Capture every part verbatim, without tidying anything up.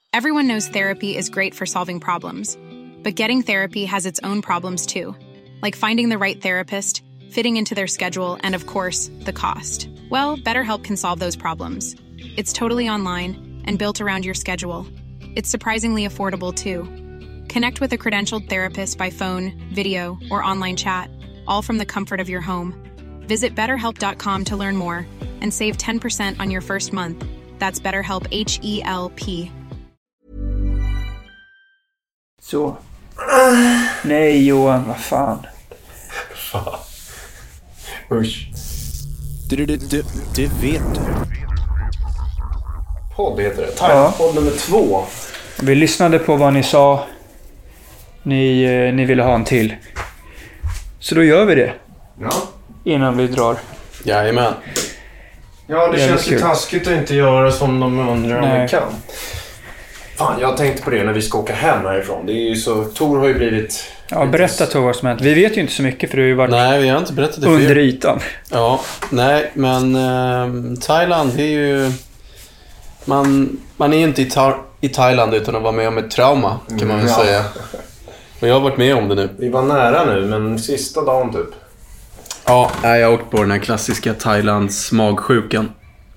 Everyone knows therapy is great for solving problems, but getting therapy has its own problems too, like finding the right therapist, fitting into their schedule, and of course, the cost. Well, BetterHelp can solve those problems. It's totally online and built around your schedule. It's surprisingly affordable too. Connect with a credentialed therapist by phone, video, or online chat, all from the comfort of your home. Visit better help dot com to learn more and save ten percent on your first month. That's BetterHelp, H E L P. Så. Nej, Johan, vad fan. Fan. Usch. Du, du, du, du vet du. Podd heter det. Thailand-podd nummer två. Vi lyssnade på vad ni sa. Ni, eh, ni ville ha en till. Så då gör vi det. Ja. Innan vi drar. Jajamän. Ja, det Jävligt känns ju kul. taskigt att inte göra som de undrar om Nej. vi kan. Fan, jag tänkte på det när vi ska åka hem härifrån. Det är ju så... Tor har ju blivit... Ja, berätta Tor vad som hänt. Vi vet ju inte så mycket för du har ju varit Nej, vi har inte berättat det för under er. ytan. Ja, nej, men eh, Thailand, det är ju... Man, man är ju inte i, ta- i Thailand utan att vara med om ett trauma, kan man väl Ja. säga. Och jag har varit med om det nu. Vi var nära nu, men sista dagen typ. Ja, jag har åkt på den här klassiska Thailands magsjukan.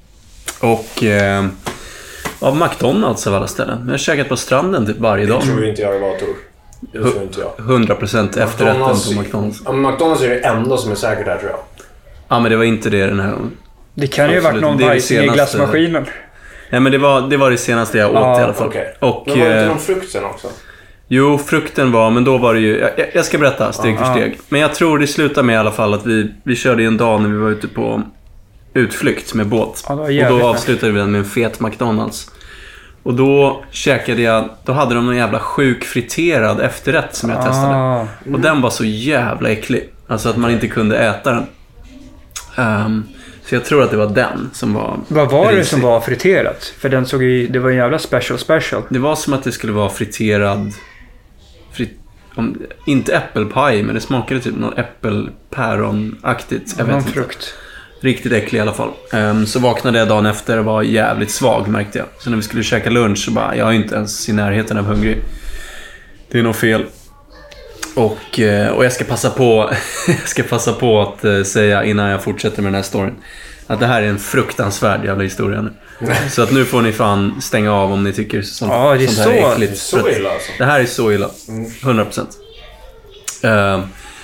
Och eh, av McDonalds av alla ställen. Jag har käkat på stranden typ varje dag. Det tror inte jag det var, Tor. Det tror inte jag. hundra procent efterrätten på McDonalds. Ja, men McDonalds är det enda som är säkert här, tror jag. Ja, men det var inte det den här gången. Det kan ju ha varit Absolut, någon det är det bajsning i senaste. glassmaskinen. Nej, men det var, det var det senaste jag åt Ja, i alla fall. Okej. Och, Men var det inte eh, någon frukt sen också? Jo, frukten var, men då var det ju... Jag, jag ska berätta steg för Ja. steg. Men jag tror det slutar med i alla fall att vi, vi körde en dag när vi var ute på utflykt med båt. Ja, det var och jävligt då nice. avslutade vi den med en fet McDonalds. Och då käkade jag... Då hade de någon jävla sjuk friterad efterrätt som jag testade. Ah. Och den var så jävla äcklig. Alltså att man inte kunde äta den. Ehm, så jag tror att det var den som var... Vad var det risig. som var friterat? För den såg ju... Det var en jävla special special. Det var som att det skulle vara friterad... Frit, om, inte äppelpaj, men det smakade typ något äppelpäronaktigt. Jag vet Någon inte. frukt. Riktigt äcklig i alla fall. Um, så vaknade jag dagen efter och var jävligt svag, märkte jag. Så när vi skulle käka lunch så bara, jag är inte ens i närheten av hungrig. Det är nog fel. Och, eh, och jag ska passa på jag ska passa på att eh, säga innan jag fortsätter med den här storyn att det här är en fruktansvärd jävla historia nu. Så att nu får ni fan stänga av om ni tycker sånt, Ja, det är sånt här så- är äckligt. Det är så För att illa alltså. Det här är så illa. hundra procent. Uh,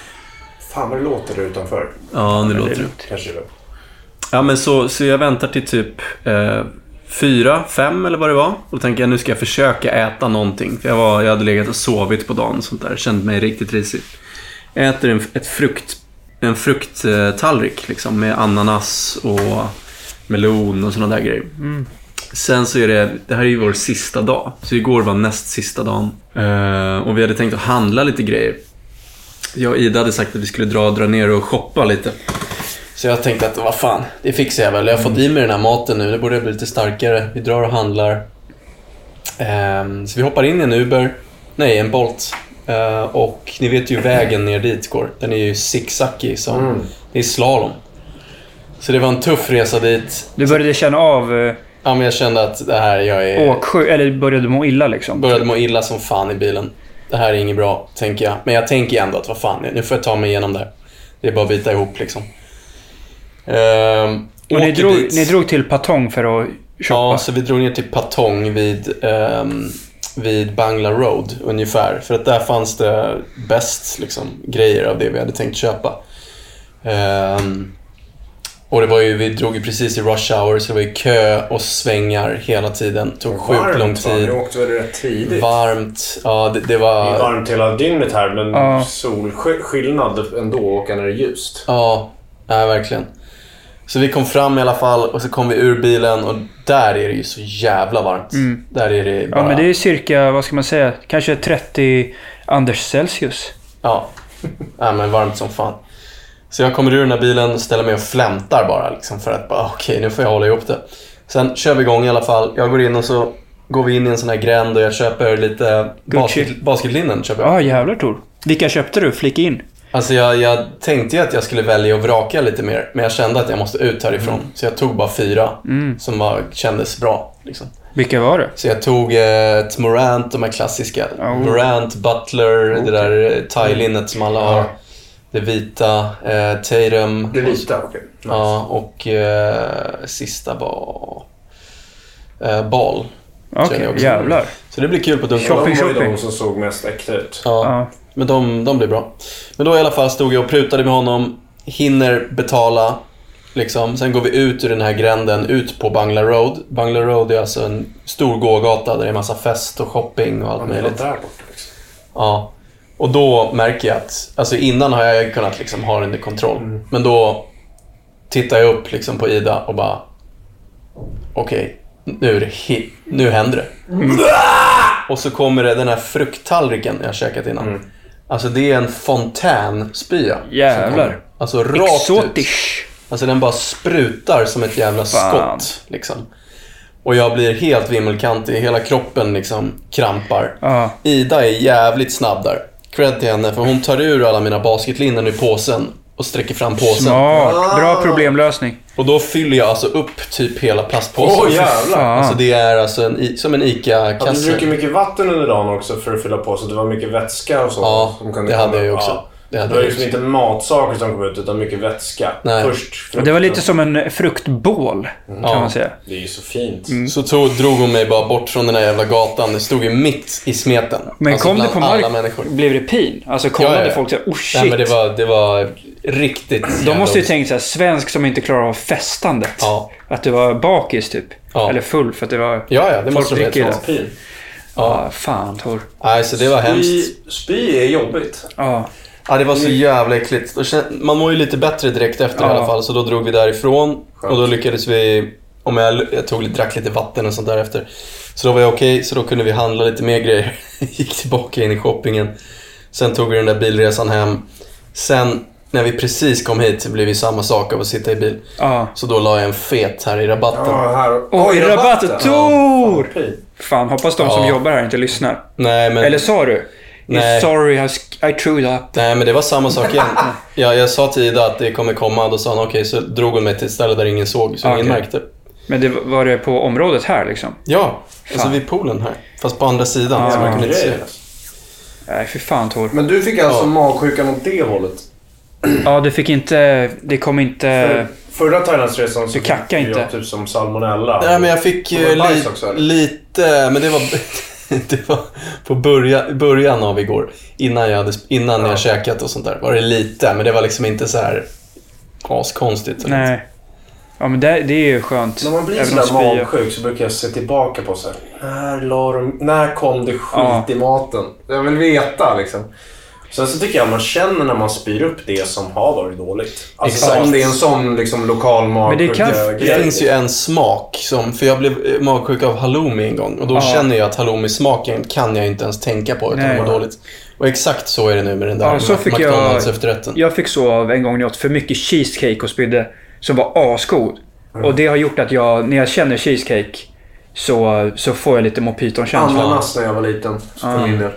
Fan vad det låter där utanför. ja, nu låter det. Kanske det. Ja, men så, så jag väntar till typ eh, fyra, fem eller vad det var. Och då tänker jag, nu ska jag försöka äta någonting. För jag, var, jag hade legat och sovit på dagen och sånt där. Kände mig riktigt risig. Jag äter en, ett frukt, en frukttallrik liksom, med ananas och melon och såna där grejer. Mm. Sen så är det, det här är ju vår sista dag. Så igår var näst sista dagen. Eh, och vi hade tänkt att handla lite grejer. Jag och Ida hade sagt att vi skulle dra, dra ner och shoppa lite. Så jag tänkte att vad fan, det fixar jag väl. Jag har fått i mig den här maten nu, det borde bli lite starkare. Vi drar och handlar. Um, så vi hoppar in i en Uber. Nej, en Bolt. Uh, och ni vet ju vägen ner dit går. Den är ju zigzackig som Mm. det är slalom. Så det var en tuff resa dit. Du började känna av eh, Ja, men jag kände att det här, jag är... åksjö, eller började må illa liksom? Började må illa som fan i bilen. Det här är inget bra, tänker jag. Men jag tänker ändå att vad fan, nu får jag ta mig igenom det här. Det är bara att bita ihop liksom. Ehm, Och ni åker drog, dit. ni drog till Patong för att shoppa? Ja, så vi drog ner till Patong vid, ehm, vid Bangla Road ungefär. För att där fanns det bäst liksom, grejer av det vi hade tänkt köpa. Ehm, och det var ju, vi drog ju precis i rush hour, så det var ju kö och svängar hela tiden. Det tog sjukt lång tid. Vi åkte väl rätt tidigt. Varmt, ja det, det Det är var... varmt hela dygnet här, men Ja. solskillnad ändå åka när det är ljust. Ja, ja, verkligen. Så vi kom fram i alla fall och så kom vi ur bilen och där är det ju så jävla varmt. Mm. Där är det bara... Ja, men det är cirka, vad ska man säga, kanske trettio Anders Celsius. Ja, ja men varmt som fan. Så jag kommer ur den här bilen och ställer mig och flämtar bara liksom för att bara okej, okay, nu får jag hålla ihop det. Sen kör vi igång i alla fall. Jag går in och så går vi in i en sån här gränd och jag köper lite basket, basketlinnen. Köper jag. Ja, jävlar Tor. Vilka köpte du? Flika in. Alltså jag, jag tänkte ju att jag skulle välja att vraka lite mer. Men jag kände att jag måste ut härifrån. Mm. Så jag tog bara fyra Mm. som var, kändes bra liksom. Vilka var det? Så jag tog ett Morant, de här klassiska. Oh. Morant, Butler, okay. Det där thailinnet som alla har. Ja. Det vita, eh, Tatum. Det vita, okej. Okay. Nice. Ja, och eh, sista var eh, Ball. Okej, okay, jävlar. Så det blir kul på Dunk. De var ju de som såg mest äkta ut. Ja, ja. Men de, de blir bra. Men då i alla fall stod jag och prutade med honom. Hinner betala. Liksom. Sen går vi ut ur den här gränden, ut på Bangla Road. Bangla Road är alltså en stor gågata där det är massa fest och shopping och allt Man möjligt. Där borta, liksom. Ja. Och då märker jag att, alltså innan har jag kunnat liksom ha det under kontroll. Mm. Men då tittar jag upp liksom på Ida och bara, okej, okay, nu, nu händer det. Mm. Och så kommer det den här frukttallriken jag har käkat innan. Mm. Alltså det är en fontänspya. Jävlar. Alltså rakt Exotisch. ut. Alltså den bara sprutar som ett jävla Fan. skott liksom. Och jag blir helt vimmelkantig, hela kroppen liksom krampar. Ah. Ida är jävligt snabb där. Cred till henne, för hon tar ur alla mina basketlinnen ur påsen och sträcker fram påsen. Smart, bra problemlösning. Och då fyller jag alltså upp typ hela plastpåsen. Åh oh, jävlar. Alltså det är alltså en, som en Ica-kasse. Hade du druckit mycket vatten under dagen också för att fylla på så det var mycket vätska och så? Ja, som kunde det hade komma. jag ju också. Ja. Det, det var liksom inte matsaker som kom ut utan mycket vätska. Nej. Först frukten. Det var lite som en fruktbål mm. kan ja. man säga. Det är ju så fint. Mm. Så tog, drog hon mig bara bort från den här jävla gatan. Det stod ju mitt i smeten. Men alltså kom det på mark? Människor. Blev det pin? Alltså kollade ja, ja, ja. folk så här, oh shit. Nej, men det var, det var riktigt. De måste ju tänka så här, svensk som inte klarar av festandet. Ja. Att det var bakis typ. Ja. Eller full för att det var. Ja, ja, det måste de vara pin. Ja, fan Tor. Nej, så det var spy, hemskt. Spy är jobbigt. Ja. Ja, det var så jävla äckligt. Man mår ju lite bättre direkt efter ja. i alla fall. Så då drog vi därifrån. Skönt. Och då lyckades vi, om jag, jag tog, drack lite vatten och sånt där efter. Så då var jag okej, okay, så då kunde vi handla lite mer grejer. Gick tillbaka in i shoppingen. Sen tog vi den där bilresan hem. Sen när vi precis kom hit blev vi samma sak av att sitta i bil. Ja. Så då la jag en fet här i rabatten. Ja, här. Oj, i rabatten! Tor! Ja, fan, hoppas de ja. som jobbar här inte lyssnar. Nej, men... Eller sa du? Nej. Sorry, I threw it up. Nej, men det var samma sak igen. ja, jag sa till Ida att det kommer komma. Då sa han okej, okay, så drog hon mig till ett ställe där ingen såg. Så okay. ingen märkte. Men det var det på området här liksom? Ja, fan. Alltså vid poolen här. Fast på andra sidan, ah, så man kunde inte se. Nej, för fan Tor. Men du fick alltså ja. magsjukan åt det hållet? Ja, det fick inte... Det kom inte... För, förra Thailandsresan så du kacka fick inte. jag typ som salmonella. Nej, men jag fick ju li- också, lite... Men det var... det var på början, början av igår. Innan jag, hade, innan ja. jag käkat och sånt där. Var det lite, men det var liksom inte så här askonstigt. Nej. Ja, men det, det är ju skönt. När man blir sådär magsjuk så brukar jag se tillbaka på så här. När, la de, när kom det skit ja. i maten? Jag vill veta liksom. Sen så tycker jag man känner när man spyr upp det som har varit dåligt. Alltså exakt. Om det är en sån liksom lokal magsjuk. Men det, kan, det finns ju en smak som, för jag blev magsjuk av halloumi en gång. Och då ja. känner jag att halloumi-smaken kan jag inte ens tänka på utan det var dåligt. Och exakt så är det nu med den där ja, så fick McDonald's jag, efterrätten. Jag fick så av en gång när jag åt för mycket cheesecake och spydde som var asgod. Mm. Och det har gjort att jag, när jag känner cheesecake så, så får jag lite Mopyton-känsla. Ananas när jag var liten, för mm. min del.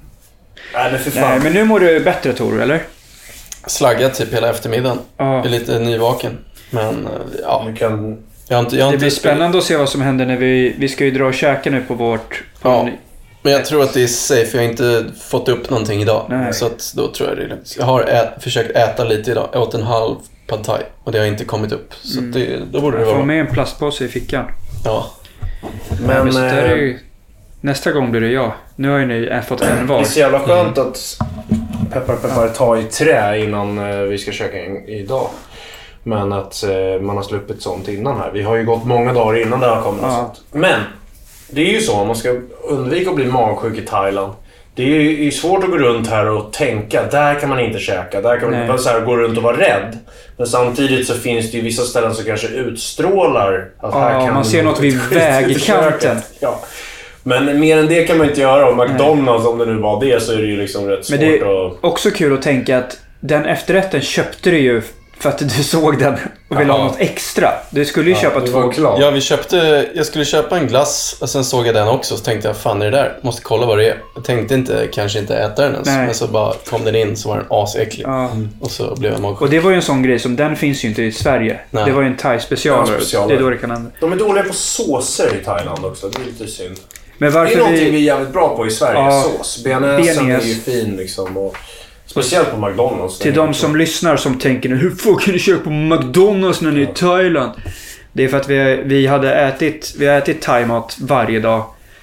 Nej, men för fan. Nej, men nu mår du bättre, Tor, eller? Slaggat typ hela eftermiddagen. Ja. Jag är lite nyvaken. Men ja, du kan... jag har inte, jag har det inte blir spännande att se vad som händer när vi... Vi ska ju dra och käka nu på vårt... På ja. en... Men jag tror att det är safe. Jag har inte fått upp någonting idag. Nej. Så att då tror jag det är lugnt. Jag har ät, försökt äta lite idag. Jag åt en halv pad thai. Och det har inte kommit upp. Så mm. det, då borde det vara... Jag får med en plastpåse i fickan. Ja. Men... men äh... är ju... Nästa gång blir det jag. Nu har ju ni fått en var. Det är så jävla skönt mm. att peppar peppar ta i trä innan uh, vi ska käka in, idag. Men att uh, man har sluppit sånt innan här. Vi har ju gått många dagar innan det har kommit ja. sånt. Men det är ju så, om man ska undvika att bli magsjuk i Thailand. Det är ju svårt att gå runt här och tänka, där kan man inte käka. Där kan man bara så här gå runt och vara rädd. Men samtidigt så finns det ju vissa ställen som kanske utstrålar att ja, här kan man ser något vid vägkanten. Ja. Men mer än det kan man inte göra. Och McDonald's, nej. Om det nu var det, så är det ju liksom rätt svårt. Men det är att... också kul att tänka att den efterrätten köpte du ju För att du såg den och ville ha något extra. Du skulle ju ja, köpa två. Ja, vi köpte, jag skulle köpa en glass och sen såg jag den också. Så tänkte jag, fan är det där? Måste kolla vad det är. Jag tänkte inte, kanske inte äta den ens. Nej. Men så bara kom den in så var den asäcklig. Ja. Mm. Och så blev jag magsjuk. Och det var ju en sån grej som, den finns ju inte i Sverige. Nej. Det var ju en thai-special. Det är då det kan hända. De är dåliga på såser i Thailand också, det är lite synd. Men varför det är någonting vi... vi är jävligt bra på i Sverige, ja, sås. Bearnaisen är ju fin liksom. Och speciellt på McDonald's. Till de som lyssnar som tänker nu, hur får kan du köpa på McDonald's när ni är i Thailand? Det är för att vi, vi hade ätit, vi har ätit thaimat varje dag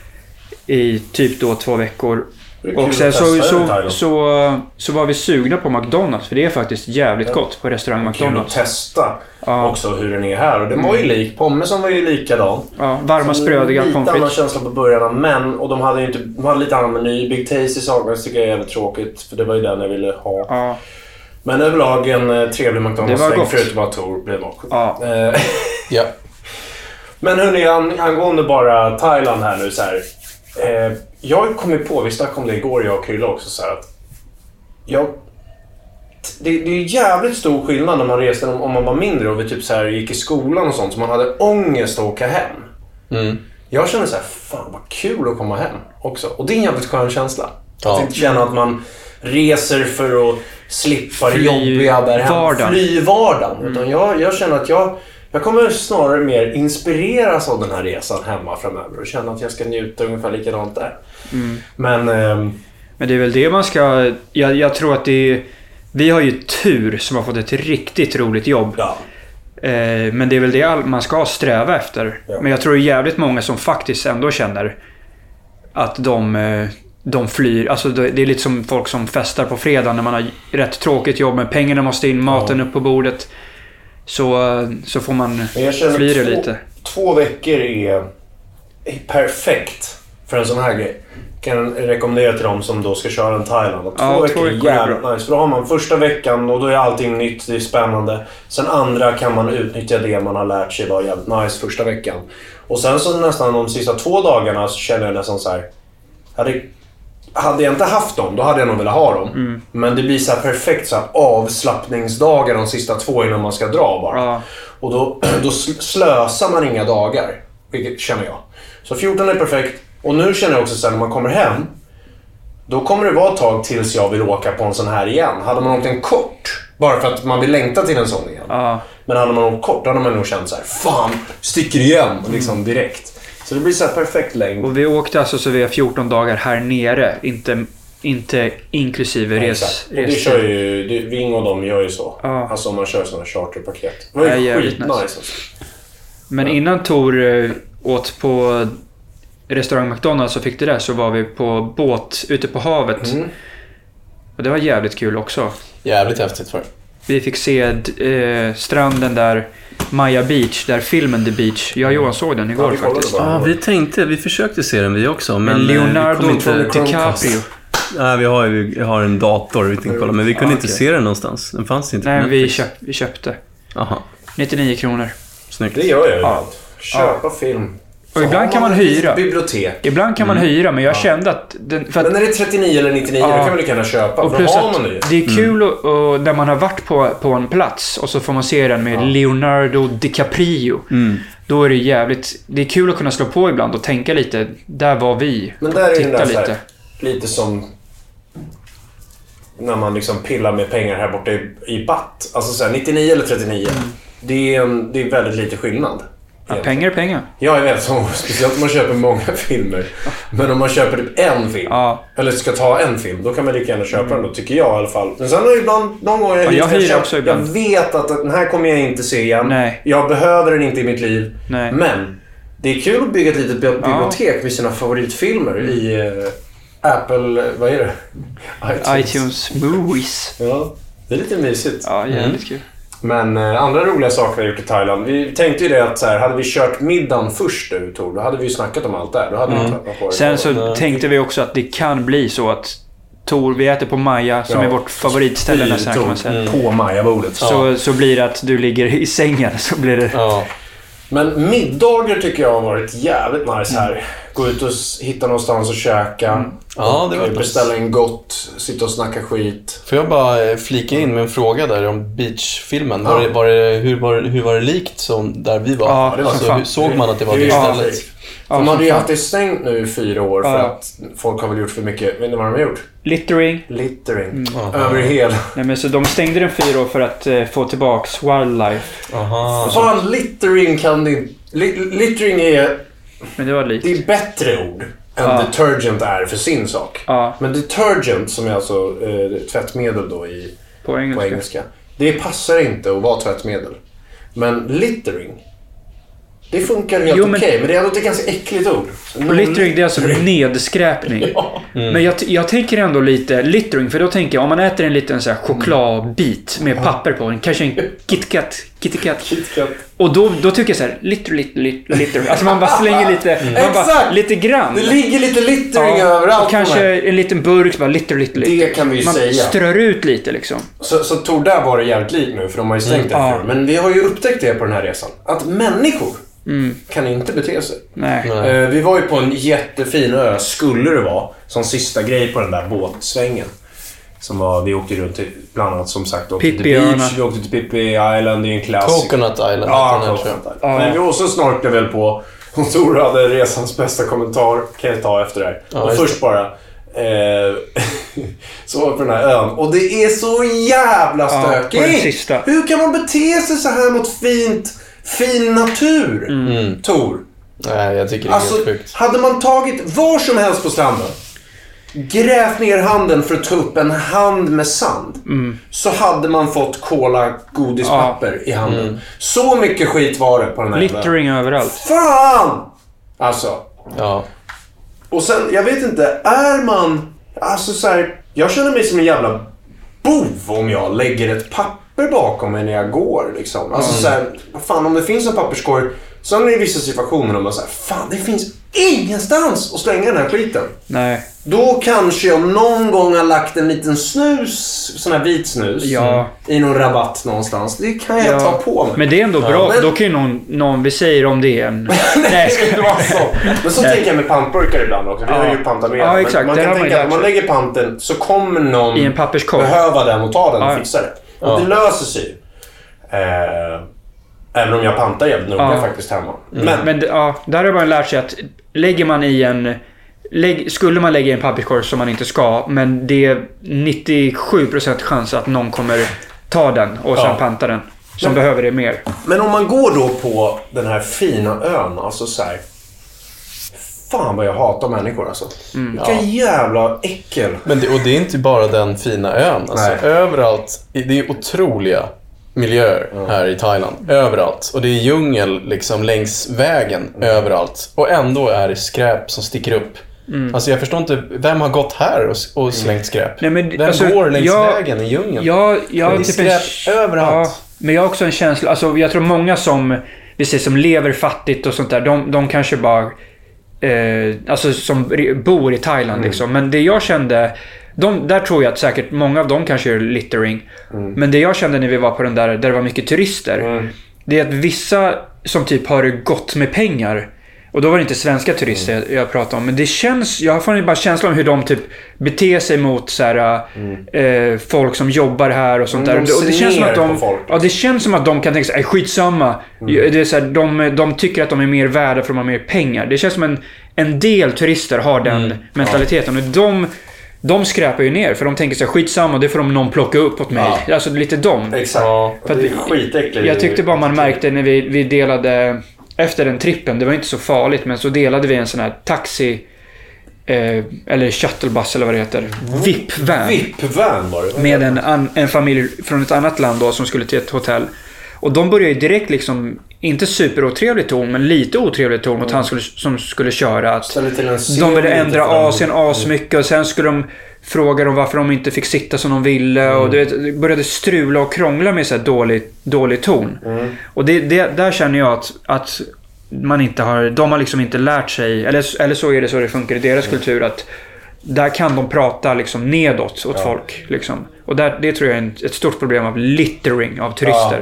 i typ då två veckor. Och sen så, så, så, så var vi sugna på McDonald's, för det är faktiskt jävligt ja. gott på restaurang McDonald's. Kul att testa ja. också hur den är här. Och det var ju lik, pommes var ju likadan. Ja, varma sprödiga pommes frites. Lite annan känsla på början, men och de hade ju inte, de hade lite annan meny. Big Tasty saknades, tycker jag är jävligt tråkigt, för det var ju den jag ville ha. Ja. Men överlag en trevlig McDonald's-släng, förutom att Tor blev magsjuk. Ja. ja. Men hörni, angående bara Thailand här nu så här. Eh, jag kom ju på, vi snackade om det igår, jag och Krylla också, så här att jag, det, det är jävligt stor skillnad när man reste om, om man var mindre och vi typ så här gick i skolan och sånt, så man hade ångest att åka hem. Mm. Jag kände så här, fan vad kul att komma hem också. Och det är en jävligt skön känsla. Ja. Att inte känna att man reser för att slippa det jobbiga där hemma. Fly vardagen. Mm. Utan jag, jag känner att jag Jag kommer snarare mer inspireras av den här resan hemma framöver och känna att jag ska njuta ungefär likadant där. Mm. Men, eh, Men det är väl det man ska... Jag, jag tror att det är... Vi har ju tur som har fått ett riktigt roligt jobb. Ja. Eh, men det är väl det man ska sträva efter. Ja. Men jag tror det är jävligt många som faktiskt ändå känner att de... De flyr, alltså det är lite som folk som festar på fredag när man har rätt tråkigt jobb, men pengarna måste in, maten ja. upp på bordet. Så, så får man fly det lite. Två veckor är, är perfekt för en sån här grej. Kan rekommendera till dem som då ska köra en Thailand. Två ja, veckor är jävligt nice. För då har man första veckan och då är allting nytt, det är spännande. Sen andra kan man utnyttja det man har lärt sig var jävligt nice första veckan. Och sen så nästan de sista två dagarna så känner jag nästan så här. Hade, hade jag inte haft dem, då hade jag nog velat ha dem. Mm. Men det blir så här perfekt så här avslappningsdagar de sista två innan man ska dra bara. Ja. Och då, då slösar man inga dagar, vilket känner jag. Så fjorton är perfekt. Och nu känner jag också så här, när man kommer hem, då kommer det vara ett tag tills jag vill åka på en sån här igen. Hade man åkt en kort, bara för att man vill längta till en sån igen. Ja. Men hade man åkt kort, då hade man nog känt så här, fan, sticker igen liksom direkt. Så det blir så här perfekt längd. Och vi åkte alltså så vi har fjorton dagar här nere, inte, inte inklusive res. Exakt. Och det kör ju, det, Ving och de gör ju så. Ja. Alltså om man kör sådana charterpaket. Det var ju skitnice alltså. Men ja. Innan Tor uh, åt på restaurang McDonald's så fick det där, så var vi på båt ute på havet. Mm. Och det var jävligt kul också. Jävligt häftigt för. Vi fick se eh, stranden där, Maya Beach, där filmen The Beach. Jag och Johan såg den igår ja, faktiskt. Ja, vi tänkte, vi försökte se den vi också. Men Leonardo inte... DiCaprio. Nej, vi har, vi har en dator vi tänkte kolla, men vi kunde ah, inte okay. se den någonstans. Den fanns inte. Nej, vi, köp, vi köpte. Aha. nittionio kronor. Snyggt. Det gör jag ju. Ja. Köpa ja. film. Och så ibland kan man hyra. Bibliotek. Ibland kan man mm. hyra, men jag ja. kände att... Den, för att men när det är trettionio eller nittionio, ja. då kan man lika gärna köpa. Och för då har man det. Det är kul mm. och, och när man har varit på, på en plats och så får man se den med ja. Leonardo DiCaprio. Mm. Då är det jävligt... Det är kul att kunna slå på ibland och tänka lite. Där var vi. Men där är det där lite. Här, lite som... När man liksom pillar med pengar här borta i, i batt. Alltså så här, nittionio eller trettionio. Mm. Det, är en, det är väldigt lite skillnad. Ja, pengar är pengar. Ja, jag vet. Så, speciellt om man köper många filmer. Men om man köper typ en film, ja. eller ska ta en film, då kan man lika gärna köpa mm. den då, tycker jag i alla fall. Men sen är det ibland, någon gång jag, ja, jag hyr också ibland. Jag vet att den här kommer jag inte se igen. Nej. Jag behöver den inte i mitt liv. Nej. Men det är kul att bygga ett litet bibliotek ja. med sina favoritfilmer mm. i uh, Apple, vad är det? iTunes. iTunes Movies. Ja, det är lite mysigt. Ja, jävligt mm. kul. Men eh, andra roliga saker vi har gjort i Thailand. Vi tänkte ju det att så här, hade vi kört middagen först nu, Tor, då hade vi ju snackat om allt där. Då hade mm. vi på det. Sen så mm. tänkte vi också att det kan bli så att Tor, vi äter på Maja som ja. är vårt favoritställe nästan kan man säga. Mm. På Maja-bordet. Så, ja. så blir det att du ligger i sängen så blir det... Ja. Men middagar tycker jag har varit jävligt nice här. Mm. Gå ut och hitta någonstans och käka. Mm. Ja, det var beställa en gott, sitta och snacka skit. Får jag bara flika in med en fråga där om beachfilmen? Ja. Var det, var det, hur, var, hur var det likt som där vi var? Ja, det var alltså, hur, såg man att det var det istället? Ja, de hade ju haft det stängt nu i fyra år för ja. att folk har väl gjort för mycket. Vet ni vad de har gjort? Littering. Littering. Mm. Över hela. Nej, men så de stängde den fyra år för att uh, få tillbaks wildlife. Aha. Fan, littering kan det... Li- littering är... Men det var likt. Det är bättre ord än ja. detergent är för sin sak. Ja. Men detergent, som är alltså eh, tvättmedel då i, på, engelska. på engelska. Det passar inte att vara tvättmedel. Men littering... Det funkar helt okej, okay, men det är ändå ett ganska äckligt ord. Och littering, det är alltså nedskräpning. Ja. Mm. Men jag, jag tänker ändå lite littering, för då tänker jag om man äter en liten så här chokladbit med mm. papper på den, kanske en KitKat, KitKat. KitKat. Och då, då tycker jag så här, litter, litter, litter, litter. Alltså man bara slänger lite, mm. man bara, lite grann. Det ligger lite littering ja, överallt. Och kanske en liten burk, bara litter, litter, litter. Det kan vi ju man säga. Man strör ut lite liksom. Så, så Tor, där var det jävligt lik nu, för de har ju stängt det mm. Men vi har ju upptäckt det på den här resan. Att människor Mm. kan inte bete sig. Nej. Nej. Uh, vi var ju på en jättefin ö, skulle det vara, som sista grej på den där båtsvängen. Som var, vi åkte runt till, bland annat som sagt, åkte till beach, vi åkte till Pippi Island, det är en klassisk. Coconut Island. Ja, Coconut Island. Ja. Men vi också snorklade väl på, och Tor hade resans bästa kommentar, kan jag ta efter det här. Ja, och först det. bara eh, så var det på den här ön. Och det är så jävla stökigt. Ja, hur kan man bete sig så här mot fint fin natur, mm. Tor? Nej, jag tycker det är alltså, helt sjukt. Hade man tagit var som helst på stranden, grävt ner handen för att ta upp en hand med sand, mm. så hade man fått kola godispapper ja. i handen. Mm. Så mycket skit var det på den här. Littering överallt. Fan! Alltså. Ja. Och sen, jag vet inte, är man... Alltså så här, jag känner mig som en jävla bov om jag lägger ett papper bakom mig när jag går liksom. Alltså mm. så här, fan, om det finns en papperskorg, så är det i vissa situationer om man säger, fan, det finns ingenstans att slänga den här skiten. Nej. Då kanske jag någon gång har lagt en liten snus, sån här vit snus, ja. i någon rabatt någonstans. Det kan jag ja. ta på mig. Men det är ändå bra. Ja, men... Då kan ju någon, någon vi säger om det är en... Nej, ska inte vara så. Men så tänker jag med pantburkar ibland också. Vi ja. har ju pantat med. Ja, exakt. Man det kan tänka att om man lägger panten så kommer någon i en papperskorg behöva den och ta den och ja. fixa det. Och ja. det löser sig. Eh, även om jag pantar jävligt noga ja. faktiskt hemma. Mm. Men, Men ja, där har man lärt sig att lägger man i en... Lägg, skulle man lägga i en papperskorg som man inte ska, men det är nittiosju procent chans att någon kommer ta den och sen ja. panta den som men, behöver det mer. Men om man går då på den här fina ön, alltså så här, fan vad jag hatar människor alltså. Mm. Vilka ja. jävla äckel. Men det, och det är inte bara den fina ön. Alltså, överallt, det är otroliga miljöer mm. här i Thailand. Överallt. Och det är djungel liksom längs vägen mm. överallt. Och ändå är det skräp som sticker upp. Mm. Alltså jag förstår inte, vem har gått här och, och slängt skräp? Nej, men, vem alltså, går längs jag, vägen i djungeln? Jag, jag, det är skräp en, överallt. Ja, men jag har också en känsla, alltså jag tror många som vi ser som lever fattigt och sånt där, de, de kanske bara eh, alltså som bor i Thailand mm. liksom. Men det jag kände, de, där tror jag att säkert många av dem kanske gör littering. Mm. Men det jag kände när vi var på den där, där det var mycket turister, mm. det är att vissa som typ har gått med pengar. Och då var det inte svenska turister mm. jag pratade om. Men det känns, jag har fan bara känslan om hur de typ beter sig mot så här, mm. eh, folk som jobbar här och sånt mm, där. De och det känns som att de, ja, det känns som att de kan tänka sig, skitsamma. Mm. Det är så här, de, de tycker att de är mer värda för de har mer pengar. Det känns som en, en del turister har den mm. mentaliteten. Och de, de skräpar ju ner, för de tänker sig skitsamma, det får de någon plocka upp åt mig. Ja. Alltså lite dem. Exakt. Ja. För att, det är skitäckligt. Jag tyckte bara man märkte när vi, vi delade... Efter den trippen, det var inte så farligt, men så delade vi en sån här taxi eh, eller shuttlebus eller vad det heter. V I P-van. V I P-van var det. Med en, an, en familj från ett annat land då, som skulle till ett hotell. Och de började ju direkt liksom, inte superotrevlig ton, men lite otrevlig ton mot mm. han skulle, som skulle köra. Att de ville ändra Asien asmycket och sen skulle de fråga dem varför de inte fick sitta som de ville. Mm. Och du vet, började strula och krångla med så här dålig, dålig ton. Mm. Och det, det, där känner jag att, att man inte har, de har liksom inte lärt sig, eller, eller så är det så det funkar i deras mm. kultur, att där kan de prata liksom nedåt åt ja. folk liksom. Och där, det tror jag är en, ett stort problem av littering av turister. Ja.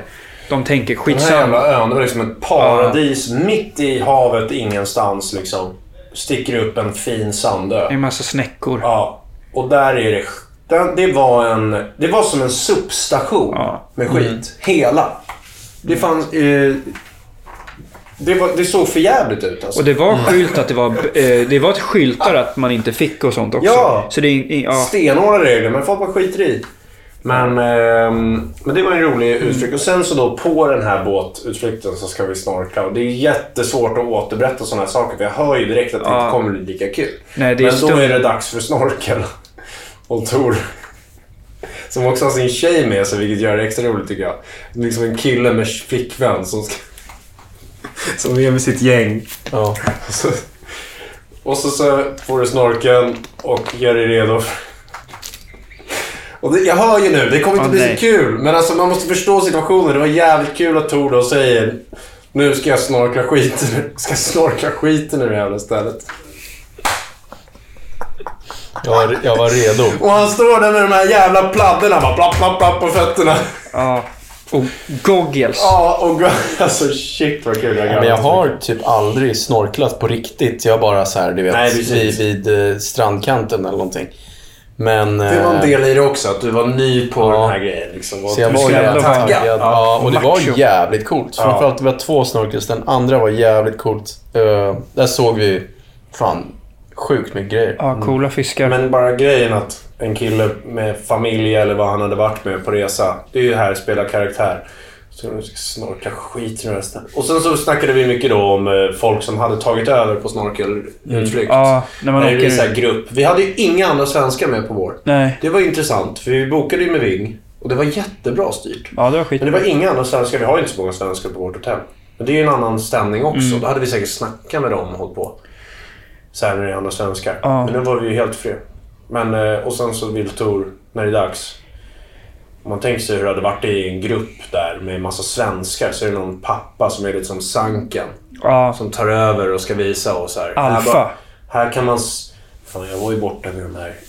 de tänker Den här skitsamma. jävla ön, det var liksom ett paradis ja. mitt i havet, ingenstans liksom. Sticker upp en fin sandö. En massa snäckor. Ja, och där är det... Det var, en, det var som en substation ja. med skit. Mm. Hela. Det fanns... Eh, det, var, det såg för jävligt ut alltså. Och det var skylt att det var... Eh, det var ett skyltar att man inte fick och sånt också. Ja, så det är, ja. stenhårda regler, men folk bara skiter i. Men, eh, men det var en rolig utflykt. Mm. Och sen så då på den här båtutflykten så ska vi snorkla. Och det är jättesvårt att återberätta sådana här saker. För jag hör ju direkt att det ja. inte kommer bli lika kul. Nej, det är men då stund... är det dags för snorkel. Och Tor, som också har sin tjej med sig, vilket gör det extra roligt tycker jag. Liksom en kille med flickvän som ska, som är med sitt gäng. Ja. Och, så, och så, så får du snorkeln och gör dig redo. Och det, jag hör ju nu, det kommer inte oh, bli nej. så kul. Men alltså man måste förstå situationen. Det var jävligt kul att Tor då säger: nu ska jag snorkla skiten. Ska jag snorkla skiten i det här stället. Jag var, jag var redo. Och han står där med de här jävla pladdorna, bara plapp, plapp, plapp på fötterna. Ja, och goggles. Ja, och go- alltså shit vad kul. Jag, ja, men jag har typ aldrig snorklat på riktigt. Jag bara så här, du vet, Nej, vid, vid eh, strandkanten eller någonting. Men, det var en del i det också, att du var ny på ja, den här grejen liksom. Så jag var jävligt taggad. Ja, ja, och det var jävligt coolt. Ja. Framförallt det var två snorkels, den andra var jävligt coolt. Uh, där såg vi fan sjukt mycket grejer. Ja, coola fiskar. Men bara grejen att en kille med familj eller vad han hade varit med på resa, det är ju här spela karaktär. Så jag ska snorka skit nu resten. Och sen så snackade vi mycket då om folk som hade tagit över på snorkelutflykt. Mm. Ja, när man åker... i så här grupp. Vi hade ju inga andra svenskar med på vår. Nej. Det var intressant, för vi bokade ju med Ving. Och det var jättebra styrt. Ja, det var skit. Men det var inga andra svenskar. Vi har ju inte så många svenskar på vårt hotell. Men det är ju en annan stämning också. Mm. Då hade vi säkert snackat med dem och hållit på. Så här när det är andra svenskar. Ja. Men nu var vi ju helt fri. Men, och sen så vill Tor, när det är dags. Om man tänker sig hur det hade varit i en grupp där med en massa svenskar, så är det någon pappa som är lite som Sanken. Ja. Som tar över och ska visa och så här. Alfa. Här, bara, här kan man... Fan, jag var ju borta med de här...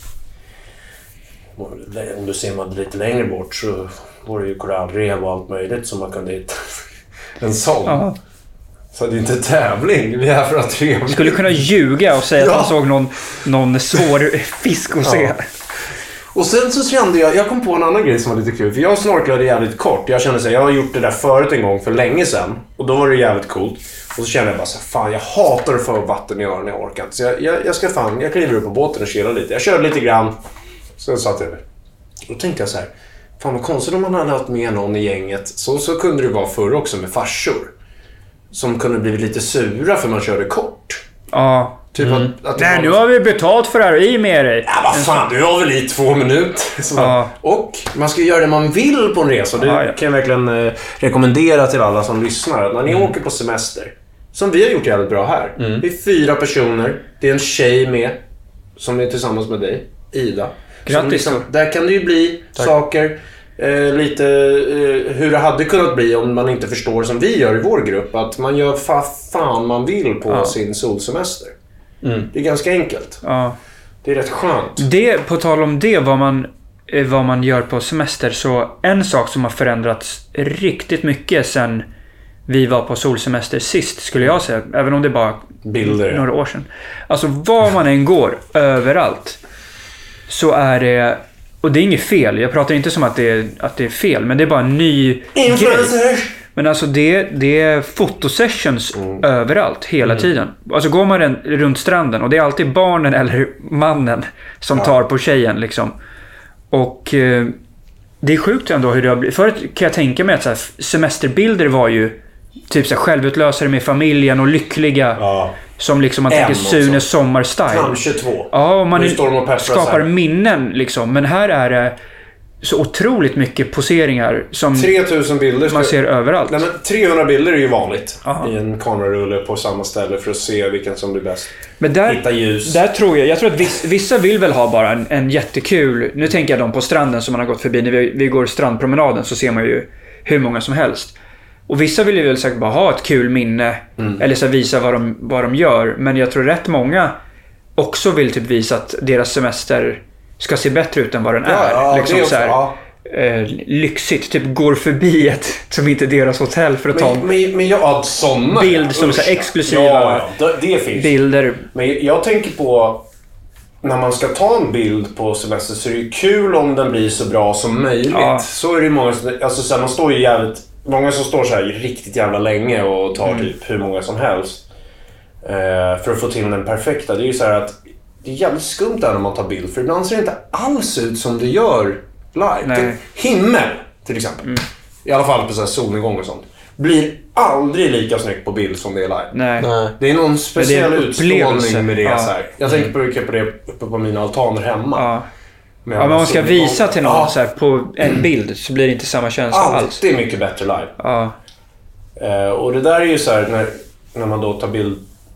Om du ser man lite längre bort så var det ju korallrev och allt möjligt som man kunde hitta. En sån. Ja. Så det är inte tävling, vi är här för att trevligt. Skulle kunna ljuga och säga ja. att han såg någon, någon svår fisk att se. Ja. Och sen så kände jag, jag kom på en annan grej som var lite kul. För jag snorklade jävligt kort. Jag kände så här, jag har gjort det där förut en gång för länge sedan. Och då var det jävligt coolt. Och så kände jag bara så här, fan jag hatar att få vatten i öronen, jag orkar inte. Så jag, jag, jag ska fan, jag kliver upp på båten och kyla lite. Jag körde lite grann. Sen satt jag över. Då tänkte jag så här, fan vad konstigt om man hade haft med någon i gänget. Så, så kunde det vara förr också med farsor. Som kunde bli lite sura för man körde kort. Ja. Typ mm. att, att Nej, nu har vi betalt för det här, i med dig. Ja, vad fan, du har väl i två minuter. Så, ja. Och man ska göra det man vill på en resa. Det ja, ja. kan jag verkligen eh, rekommendera till alla som lyssnar. Att när ni mm. åker på semester, som vi har gjort jävligt bra här. Mm. Det är fyra personer. Det är en tjej med, som är tillsammans med dig, Ida. Grattis. Liksom, där kan det ju bli Tack. saker... Eh, lite eh, hur det hade kunnat bli om man inte förstår som vi gör i vår grupp. Att man gör vad fan man vill på ja. sin solsemester. Mm. Det är ganska enkelt. Ja. Det är rätt skönt. Det, på tal om det, vad man, vad man gör på semester. Så en sak som har förändrats riktigt mycket sen vi var på solsemester sist, skulle jag säga. Även om det bara bilder några år sedan. Alltså var man än går, överallt, så är det... Och det är inget fel. Jag pratar inte som att det är, att det är fel. Men det är bara en ny influencer. Grej. Men alltså det, det är fotosessions mm. överallt. Hela mm. tiden. Alltså går man den, runt stranden. Och det är alltid barnen eller mannen som ja. tar på tjejen. Liksom. Och eh, det är sjukt ändå hur det har blivit. Förut kan jag tänka mig att så här, semesterbilder var ju typ så här, självutlösare med familjen och lyckliga. Ja. Som liksom man tänker Sune Sommar-style. Kanske två. Ja, och man och skapar minnen liksom. Men här är det så otroligt mycket poseringar som tre tusen bilder man ser överallt. Nej, men trehundra bilder är ju vanligt. Aha. I en kamerarulle på samma ställe för att se vilken som blir bäst. Men där, hitta ljus. Där tror jag, jag tror att vissa, vissa vill väl ha bara en, en jättekul, nu tänker jag dem på stranden som man har gått förbi. När vi, vi går strandpromenaden så ser man ju hur många som helst. Och vissa vill ju väl säkert bara ha ett kul minne mm. eller så visa vad de, vad de gör. Men jag tror rätt många också vill typ visa att deras semester ska se bättre ut än vad den ja, är. Ja, liksom det är så här, ja. eh, lyxigt. Typ går förbi ett som inte är deras hotell för att men, ta men, men jag har sådana bild som så exklusiva ja, ja, det, det finns. bilder. Men jag tänker på när man ska ta en bild på semester så är det kul om den blir så bra som möjligt. Ja. Så är det många alltså så här, man står ju jävligt många som står så här riktigt jävla länge och tar mm. typ hur många som helst eh, för att få till den perfekta. Det är ju så här att det är jävligt skumt där när man tar bild för ibland ser det inte alls ut som det gör live. Det, himmel till exempel. Mm. I alla fall på så här solnedgång och sånt. Blir aldrig lika snyggt på bild som det är live. Nej. Nej. Det är någon speciell utstrålning med det ja. Så här. Jag mm. tänker på, på det uppe på mina altaner hemma. Ja. Men ja, man ska visa till någon ja. Så här, på en bild så blir det inte samma känsla alls. Allt är mycket bättre live. Ja. Uh, och det där är ju så här när, när man då tar bild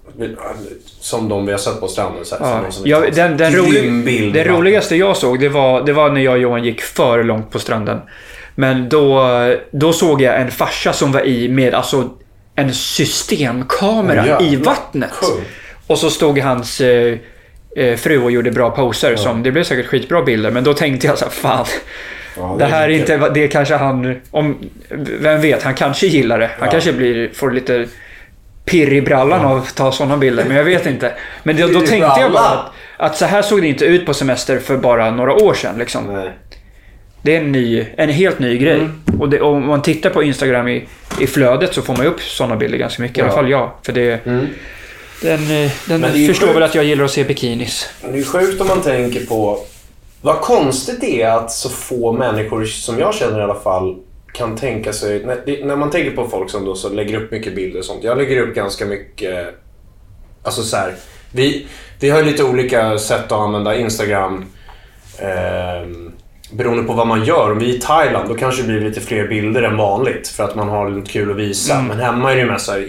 som de vi har sett på stranden så här, ja. Som ja, den den, rolig, bild, den roligaste jag såg det var, det var när jag och Johan gick för långt på stranden. Men då, då såg jag en farsa som var i med alltså en systemkamera oh, ja. I vattnet. Cool. Och så stod hans eh, fru och gjorde bra poser. Ja. Som, det blev säkert skitbra bilder. Men då tänkte jag så här, fan. Ja, det, det här är inte, det kanske han, om, vem vet, han kanske gillar det. Han ja. Kanske blir, får lite pirr i brallan ja. Av att ta sådana bilder. Men jag vet inte. Men då, då tänkte jag bara att, att så här såg det inte ut på semester för bara några år sedan. Liksom. Nej. Det är en, ny, en helt ny grej. Mm. Och, det, och om man tittar på Instagram i, i flödet så får man upp sådana bilder ganska mycket. Ja. I alla fall jag. För det, mm. den, den det förstår väl att jag gillar att se bikinis. Det är sjukt om man tänker på vad konstigt det är att så få människor som jag känner i alla fall kan tänka sig. När, när man tänker på folk som då så lägger upp mycket bilder och sånt. Jag lägger upp ganska mycket. Alltså så här. Vi, vi har lite olika sätt att använda Instagram. Ehm, Beroende på vad man gör. Om vi är i Thailand då kanske det blir lite fler bilder än vanligt för att man har lite kul att visa. Mm. Men hemma är det mest så här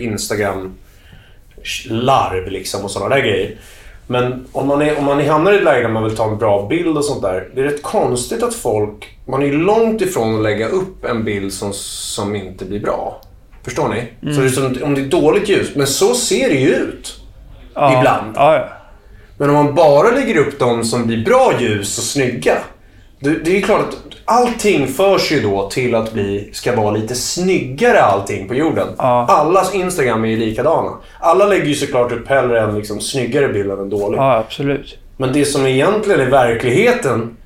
Instagram-larv liksom och sådana där grejer. Men om man, är, om man hamnar i ett läge där man vill ta en bra bild och sånt där. Det är rätt konstigt att folk, man är långt ifrån att lägga upp en bild som, som inte blir bra. Förstår ni? Mm. Så det är som, om det är dåligt ljus. Men så ser det ju ut. Ja. Ibland. Ja, ja. Men om man bara lägger upp dem som blir bra ljus och snygga. Det, det är ju klart att allting förs ju då till att bli, ska vara lite snyggare allting på jorden. Ja. Allas Instagram är ju likadana. Alla lägger ju såklart upp hellre en liksom snyggare bild än en dålig. Ja, absolut. Men det som egentligen är verkligheten,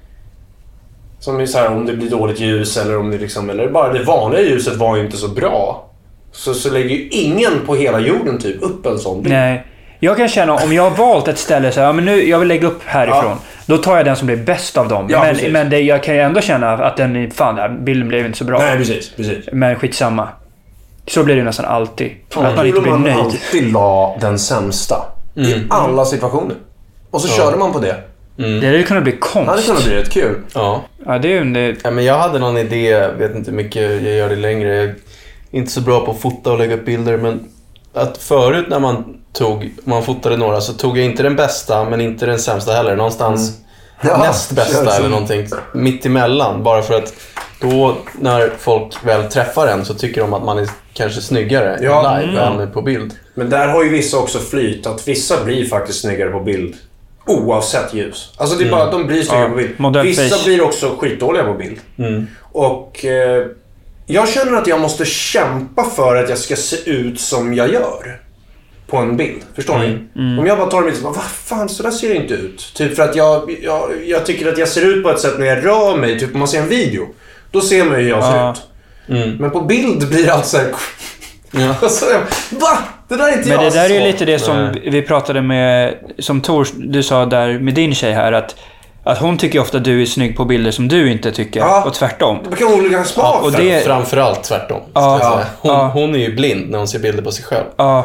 som är så här, om det blir dåligt ljus eller om det liksom, eller bara det vanliga ljuset var ju inte så bra. Så, så lägger ju ingen på hela jorden typ upp en sån bild. Nej. Jag kan känna, om jag har valt ett ställe så här, ja, men nu, jag vill lägga upp härifrån. Ja. Då tar jag den som blir bäst av dem. Ja, men men det, jag kan ju ändå känna att den, fan, den bilden blev inte så bra. Nej, precis, precis. Men skitsamma. Så blir det nästan alltid. Fan, att man inte blir man nöjd. Alltid la den sämsta. Mm. I alla situationer. Och så ja. Körde man på det. Mm. Det hade kunnat bli konst. Det hade kunnat bli rätt kul. Ja. Ja, det är ju det... ja, men jag hade någon idé, vet inte hur mycket jag gör det längre. Jag är inte så bra på att fota och lägga upp bilder, men att förut när man tog, man fotade några så tog jag inte den bästa men inte den sämsta heller. Någonstans mm. ja, näst bästa eller någonting mitt emellan. Bara för att då när folk väl träffar en så tycker de att man är kanske snyggare ja. Live mm. än på bild. Men där har ju vissa också flyt att vissa blir faktiskt snyggare på bild oavsett ljus. Alltså det är bara mm. de blir snyggare ja, på bild. Vissa face. Blir också skitdåliga på bild. Mm. Och eh, jag känner att jag måste kämpa för att jag ska se ut som jag gör på en bild. Förstår mm. ni? Mm. Om jag bara tar en bild så bara, vad fan, så där ser det inte ut. Typ för att jag, jag, jag tycker att jag ser ut på ett sätt när jag rör mig. Typ om man ser en video. Då ser man ju hur jag ser ja. Ut. Mm. Men på bild blir det allt så här... Ja. så, va? Det där är inte Men jag. det där är ju lite det som Nej. Vi pratade med... Som Tor, du sa där med din tjej här att... Att hon tycker ofta att du är snygg på bilder som du inte tycker. Ja. Och tvärtom. Det kan olika smak. Ja, och det... Framförallt tvärtom. Ja. Ja. Hon, ja. hon är ju blind när hon ser bilder på sig själv. Ja.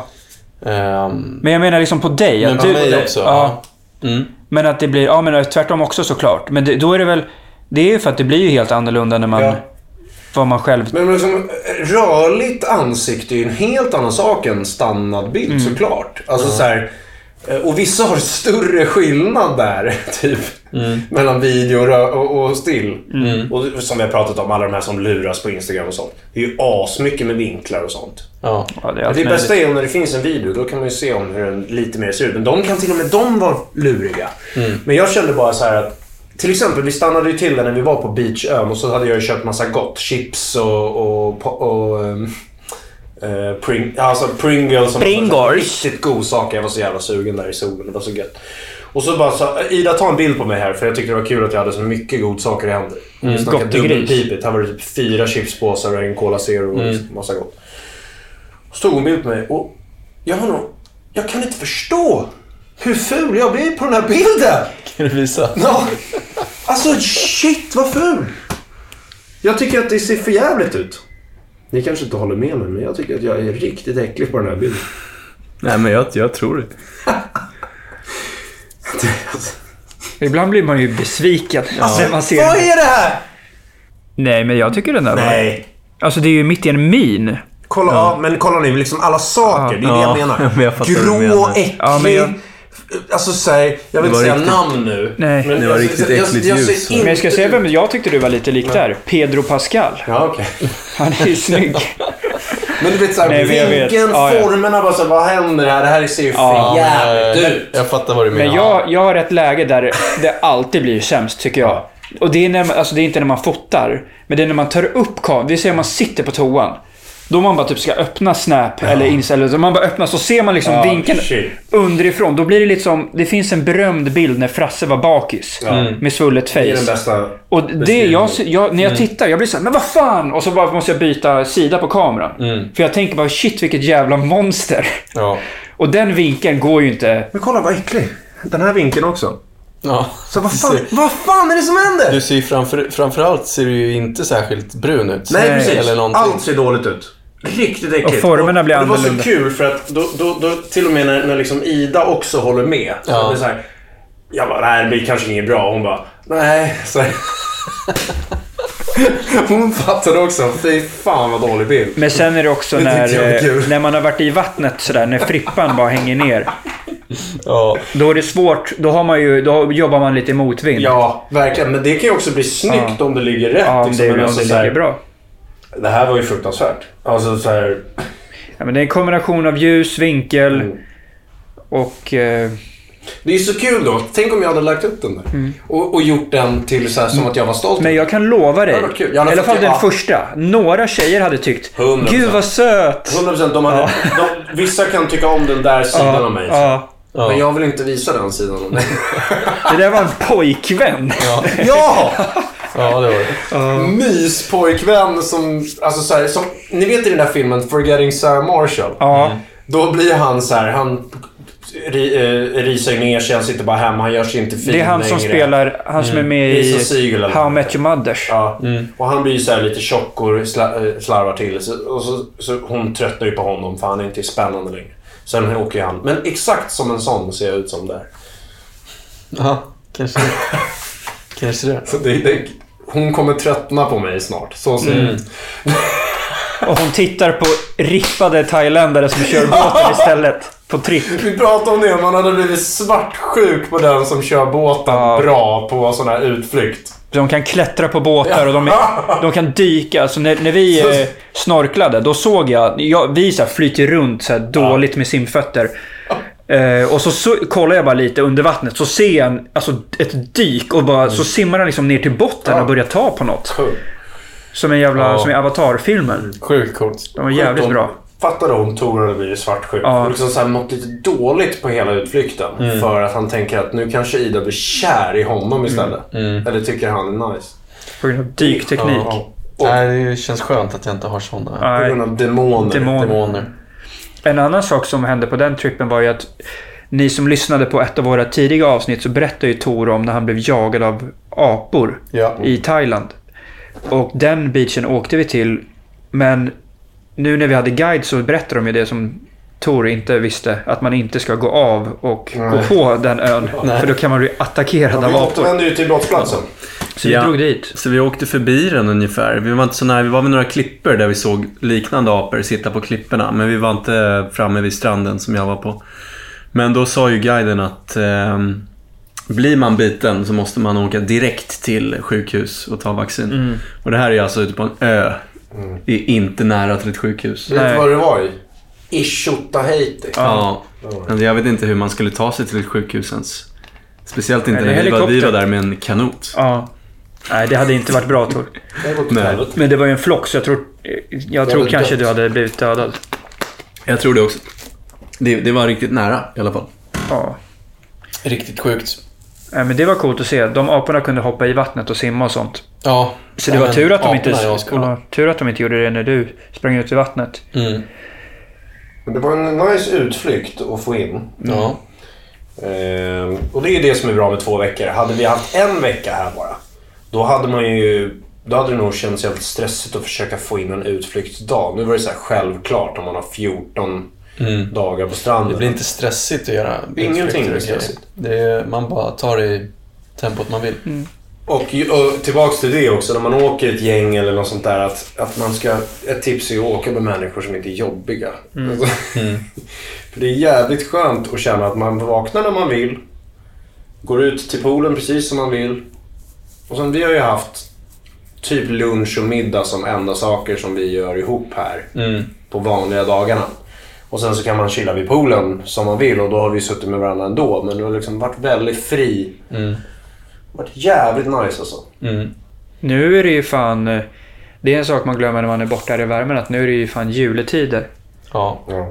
Um, men jag menar liksom på dig. Men på du, mig också. Ja. Ja. Mm. Men att det blir... Ja, men tvärtom också såklart. Men det, då är det väl... Det är ju för att det blir ju helt annorlunda när man... Ja. Vad man själv... Men liksom, rörligt ansikte är ju en helt annan sak än standardbild mm. såklart. Alltså mm. så här... Och vissa har större skillnad där typ mm. mellan video och, och still. Mm. Och som vi har pratat om, alla de här som luras på Instagram och sånt. Det är ju asmycket med vinklar och sånt. Ja. Ja, det är det bästa är när det finns en video, då kan man ju se om hur den lite mer ser ut. Men de kan till och med de vara luriga. Mm. Men jag kände bara så här att till exempel, vi stannade ju till där när vi var på Beachön och så hade jag ju köpt massa gott. Chips och... och, och, och um, uh, pring, alltså Pringles. Som Pringles. Riktigt god sak. Jag var så jävla sugen där i solen. Det var så gött. Och så bara så, Ida, ta en bild på mig här. För jag tyckte det var kul att jag hade så mycket god saker i händer. Mm, gott i gris. Här var det typ fyra chipspåsar och en Cola Zero och mm. massa gott. Så tog hon bild på mig och jag har nog... Jag kan inte förstå hur ful jag blir på den här bilden. Kan du visa? Ja. Alltså shit, vad ful. Jag tycker att det ser för jävligt ut. Ni kanske inte håller med mig, men jag tycker att jag är riktigt äcklig på den här bilden. Nej, men jag, jag tror det. Ibland blir man ju besviken. Ja. Alltså, man ser vad är det här? Nej, men jag tycker den där Nej. Var... Alltså det är ju mitt i en min. Kolla, ja. Ja, men kolla nu, liksom alla saker. Ja. Det är ja. det jag menar. Men jag grå och äcklig. Ja, men jag... Alltså säg, jag vill inte säga riktigt... namn nu. Nej. Men det var jag, riktigt jag, äckligt jag, jag, ljus. Men jag ska säga vem jag tyckte du var lite lik där. Pedro Pascal. Ja, okej. Okay. Han är ju snygg. Men du vet såhär, vinkeln, ja, formerna, bara så vad händer här? Det här ser ju ja, för jävligt ut. Jag fattar vad du menar. Men jag, jag har ett läge där det alltid blir sämst, tycker jag. Och det är, när man, alltså det är inte när man fotar, men det är när man tar upp kameran. Det ser man sitter på toan. Då man bara typ ska öppna Snap ja. eller Insta, så man bara öppnar, så ser man liksom ja, vinkeln shit. underifrån. Då blir det lite som, det finns en berömd bild när Frasse var bakis ja. med svullet face. Det är den bästa. Och det jag, jag när jag mm. tittar, jag blir så här, men vad fan? Och så bara måste jag byta sida på kameran. Mm. För jag tänker bara, shit vilket jävla monster. Ja. Och den vinkeln går ju inte. Men kolla vad äcklig. Den här vinkeln också. Ja. Så vad fan, vad fan är det som händer? Du ser framför, framförallt ser du ju inte särskilt brun ut. Nej, precis. Eller allt ser dåligt ut. Riktigt äckligt. Och formerna blir annorlunda. Det var så kul för att då, då, då till och med när, när liksom Ida också håller med. Så ja. det så här, jag bara, nej det blir kanske inget bra. Hon bara, nej. Så hon fattade också, fy fan vad dålig bild. Men sen är det också när, när man har varit i vattnet sådär, när frippan bara hänger ner. Ja. Då är det svårt, då, har man ju, då jobbar man lite i motvind. Ja, verkligen. Men det kan ju också bli snyggt ja. om det ligger rätt. Ja, liksom. det, men alltså, det ligger bra. Det här var ju fruktansvärt. Alltså så här... Ja, men det är en kombination av ljus, vinkel mm. och... Eh... Det är så kul då. Tänk om jag hade lagt upp den där. Mm. Och, och gjort den till så här, som att jag var stolt. Men jag kan lova dig. I alla fall den ja. första. Några tjejer hade tyckt, hundra procent. Gud vad söt. hundra procent. De hade, ja. de, vissa kan tycka om den där sidan ja. av mig. Ja. Ja. Men jag vill inte visa den sidan av mig. Det där var en pojkvän. Ja! Ja! Ja, det var det. Uh. Myspojkvän som, alltså så här, som, ni vet i den där filmen Forgetting Sarah Marshall. Ja. Mm. Då blir han så här, han ri, eh, risar ner sig, han sitter bara hemma, han gör sig inte fin. Det är han längre. som spelar, han som mm. är med i Sigel, How I Met Your Mothers. Ja. Mm. Och han blir så här lite tjock och sla, slarvar till så, och så, så hon tröttnar ju på honom för han är inte spännande längre. Sen åker han, men exakt som en sån ser jag ut som där. Ja, kanske det. Kanske det. Så det, det hon kommer tröttna på mig snart. Så ser mm. Och hon tittar på rippade thailändare som kör båten istället. På tripp. Vi pratade om det. Man hade blivit svartsjuk på den som kör båten ja. bra på sån här utflykt. De kan klättra på båtar och de, är, de kan dyka. Alltså när, när vi eh, snorklade, då såg jag, jag vi så här, flyter runt så här, dåligt ja. med simfötter. Uh, och så, så kollar jag bara lite under vattnet, så ser jag en, alltså, ett dyk och bara, mm. så simmar han liksom ner till botten ja. och börjar ta på något. Cool. Som en jävla, ja. som i Avatar-filmen. Mm. Sjukt coolt. De var jävligt om, bra. Fattar du om Tor hade blivit svartsjuk? Ja. Och liksom så här mått lite dåligt på hela utflykten. Mm. För att han tänker att nu kanske Ida blir kär i honom istället. Mm. Eller tycker han är nice. På grund av dykteknik. Ja. Och, Nej, det känns skönt att jag inte har sådana. På grund av demoner. Demoner. demoner. En annan sak som hände på den trippen var ju att ni som lyssnade på ett av våra tidiga avsnitt, så berättade ju Tor om när han blev jagad av apor ja. i Thailand. Och den beachen åkte vi till, men nu när vi hade guide så berättade de ju det som Tor inte visste, att man inte ska gå av och Nej. gå på den ön. Nej. För då kan man bli attackerad ja, av apor. Vi återvände ju till brottsplatsen. Så vi ja. drog dit. Så vi åkte förbi den ungefär. Vi var inte så nära, vi var vid några klipper där vi såg liknande apor sitta på klipporna. Men vi var inte framme vid stranden som jag var på. Men då sa ju guiden att eh, blir man biten så måste man åka direkt till sjukhus och ta vaccin. Mm. Och det här är alltså ute på en ö. Mm. Det är inte nära till ett sjukhus. Vet du vad det var i? I Tjotahejti. Ja, men jag vet inte hur man skulle ta sig till ett sjukhus ens. Speciellt inte Eller när vi var, vi helikopter. var där med en kanot. Ja. Nej, det hade inte varit bra, Tor. Det har gått åt Nej. helvete. Men det var ju en flock, så jag tror, jag tror väl kanske dött. du hade blivit dödad. Jag tror det också. Det, det var riktigt nära i alla fall. Ja. Riktigt sjukt. Nej, men det var coolt att se. De aporna kunde hoppa i vattnet och simma och sånt. Ja. Så det ja, var men tur att, de aporna inte, är ascoola. ja, tur att de inte gjorde det när du sprang ut i vattnet. Mm. Men det var en nice utflykt att få in. Ja. Ehm, och det är det som är bra med två veckor. Hade vi haft en vecka här bara, då hade man ju... Då hade det nog känts jävligt stressigt att försöka få in en utflyktsdag. Nu var det så här självklart om man har fjorton Mm. dagar på stranden. Det blir inte stressigt att göra Ingenting utflykter och blir grejer. stressigt. Det är, man bara tar det i tempot man vill. Mm. Och, och tillbaks till det också, när man åker ett gäng eller något sånt där, att, att man ska... Ett tips är att åka med människor som inte är jobbiga. Mm. Alltså, Mm. för det är jävligt skönt att känna att man vaknar när man vill, går ut till poolen precis som man vill. Och sen vi har ju haft typ lunch och middag som enda saker som vi gör ihop här Mm. på vanliga dagarna. Och sen så kan man chilla vid poolen som man vill, och då har vi suttit med varandra ändå. Men det har liksom varit väldigt fri. Mm. Det har varit jävligt nice alltså. Mm. Nu är det ju fan... Det är en sak man glömmer när man är borta här i värmen, att nu är det ju fan juletider. Ja. Ja.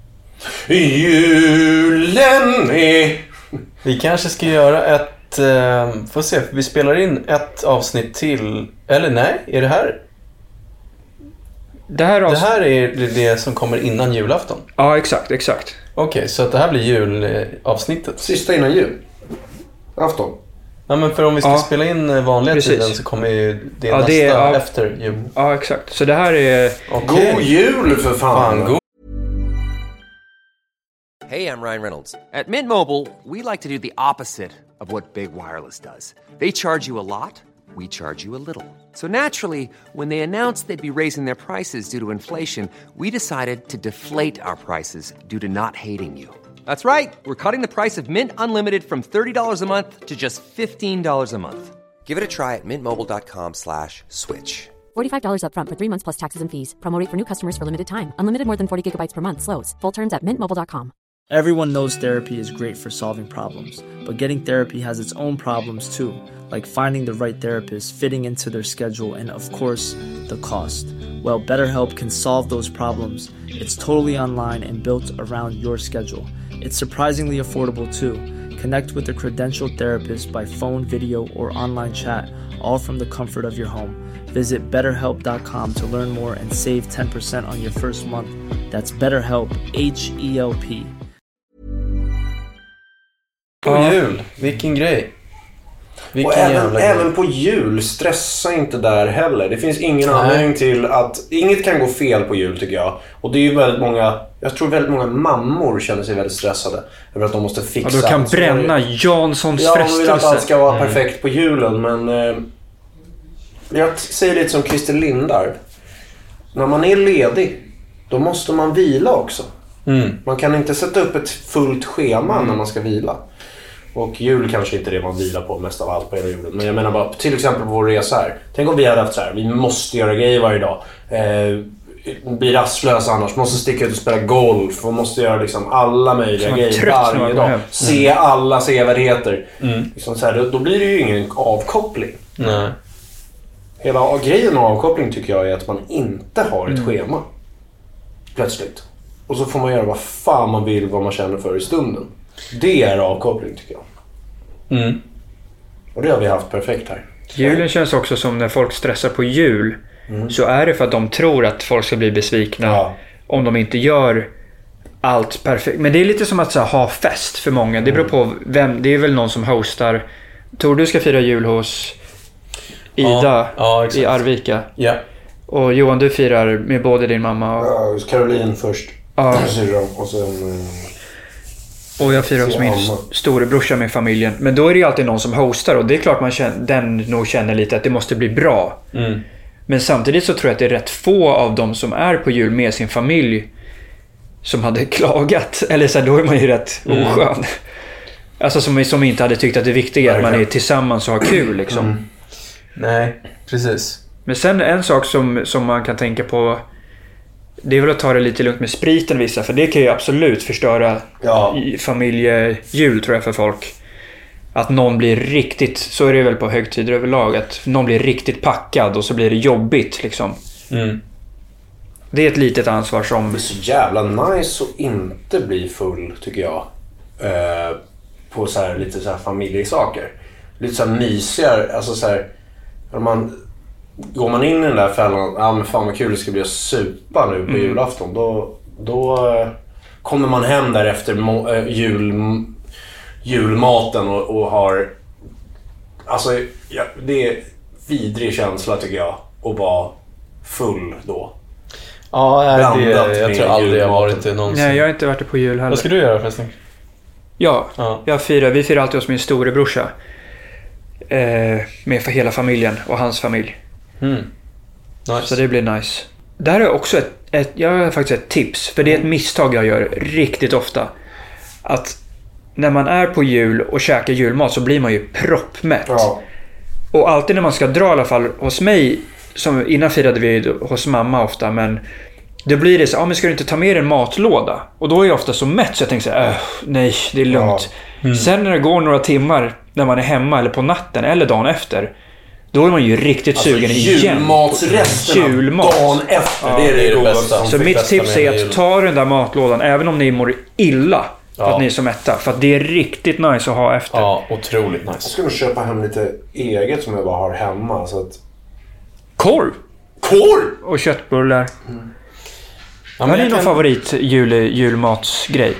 Julen är... Vi kanske ska göra ett... Eh, får se, vi spelar in ett avsnitt till. Eller nej, är det här? Det här, Det avs- här är det som kommer innan julafton. Ja, exakt, exakt. Okej, så att det här blir julavsnittet. Sista innan jul. Afton. Ja, men för om vi ska Ja. spela in vanliga Precis. tiden så kommer ju det Ja, nästa det är- ja. efter jul. Ja, exakt. Så det här är... Okej. God jul för fan! Fan, god. Hey, I'm Ryan Reynolds. At Mint Mobile, we like to do the opposite of what Big Wireless does. They charge you a lot, we charge you a little. So naturally, when they announced they'd be raising their prices due to inflation, we decided to deflate our prices due to not hating you. That's right. We're cutting the price of Mint Unlimited from thirty dollars a month to just fifteen dollars a month. Give it a try at mintmobile.com slash switch. forty-five dollars up front for three months plus taxes and fees. Promo rate for new customers for limited time. Unlimited more than forty gigabytes per month slows. Full terms at mint mobile dot com. Everyone knows therapy is great for solving problems, but getting therapy has its own problems too, like finding the right therapist, fitting into their schedule, and of course, the cost. Well, BetterHelp can solve those problems. It's totally online and built around your schedule. It's surprisingly affordable too. Connect with a credentialed therapist by phone, video, or online chat, all from the comfort of your home. Visit better help dot com to learn more and save ten percent on your first month. That's BetterHelp, H E L P. God jul. Vilken grej. Vilken Och även, jävla grej. även på jul, stressa inte där heller. Det finns ingen Nej. anledning till att... Inget kan gå fel på jul tycker jag. Och det är ju väldigt många... Jag tror väldigt många mammor känner sig väldigt stressade över att de måste fixa. Ja, du kan allt. Så bränna det- Janssons Ja, man vill att allt frestelse. ska vara perfekt på julen, men... Eh, jag säger lite som Christer Lindar. När man är ledig, då måste man vila också. Mm. Man kan inte sätta upp ett fullt schema när man ska vila. Och jul kanske inte är det man vilar på mest av allt på hela julen. Men jag menar bara, till exempel på vår resa här. Tänk om vi hade haft så här, vi måste göra grejer varje dag. Eh, bli rastlösa annars, måste sticka ut och spela golf. Och måste göra liksom alla möjliga Så man är grejer trött när man varje går dag. hem. Se alla sevärdheter. Mm. Liksom så här, då, då blir det ju ingen avkoppling. Nej. Hela grejen med avkoppling tycker jag är att man inte har ett schema. Plötsligt. Och så får man göra vad fan man vill, vad man känner för i stunden. Det är avkoppling tycker jag. Mm. Och det har vi haft perfekt här. Julen känns också som när folk stressar på jul. Så är det för att de tror att folk ska bli besvikna Ja. om de inte gör allt perfekt. Men det är lite som att så här, ha fest för många. Det beror på vem. Det är väl någon som hostar. Tror du ska fira jul hos Ida Ja, ja, exakt. i Arvika. Ja. Och Johan, du firar med både din mamma och, Ja, Caroline först. Ja. Syrran. Och sen... eh, och jag firar hos Sin min mamma. storebrorsa med familjen. Men då är det ju alltid någon som hostar. Och det är klart man känner, den nog känner lite att det måste bli bra. Mm. Men samtidigt så tror jag att det är rätt få av dem som är på jul med sin familj som hade klagat. Eller så här, då är man ju rätt Mm. oskön. Alltså som, som inte hade tyckt att det viktiga är att man är tillsammans och har kul liksom. Mm. Nej, precis. Men sen en sak som, som man kan tänka på, det är väl att ta det lite lugnt med spriten vissa. För det kan ju absolut förstöra Ja. i familjejul tror jag för folk. att någon blir riktigt, så är det väl på högtider överlag, att någon blir riktigt packad och så blir det jobbigt liksom. Mm. Det är ett litet ansvar som... Det är så jävla nice att inte bli full, tycker jag. Eh, på så här, lite så här familjesaker. Lite så här mysigare. Alltså så här, om man, går man in i den där fällan, ja men fan vad kul det ska bli att supa nu på mm. julafton. Då, då eh, kommer man hem där efter mo- äh, jul, julmaten och, och har... Alltså, ja, det är vidrig känsla tycker jag. Att vara full då. Ja, det, jag tror aldrig jag har varit det någonsin. Nej, jag har inte varit det på jul heller. Vad ska du göra förresten? Ja, ja. Jag firar, vi firar alltid hos min storebrorsa. Eh, med för hela familjen och hans familj. Mm. Nice. Så det blir nice. Där är också ett, ett, jag har faktiskt ett tips. För det är ett misstag jag gör riktigt ofta. Att när man är på jul och käkar julmat så blir man ju proppmätt. Ja. Och alltid när man ska dra i alla fall hos mig, som innan firade vi hos mamma ofta, men då blir det så, ja ah, men ska du inte ta med en matlåda? Och då är jag ofta så mätt så jag tänker så här, äh, nej det är lugnt. Ja. Mm. Sen när det går några timmar när man är hemma eller på natten eller dagen efter, då är man ju riktigt alltså, sugen igen. Julmatsresten Julmat. dagen efter, ja, det är det, det, är det bästa. Så mitt tips är att ta den där matlådan även om ni mår illa. För ja. att ni är så mätta. För att det är riktigt nice att ha efter. Ja, otroligt nice. Jag ska nog köpa hem lite eget som jag bara har hemma. Så att... Korv! Korv! Och köttbullar. Mm. Ja, har ni någon kan... favorit jul, julmatsgrej?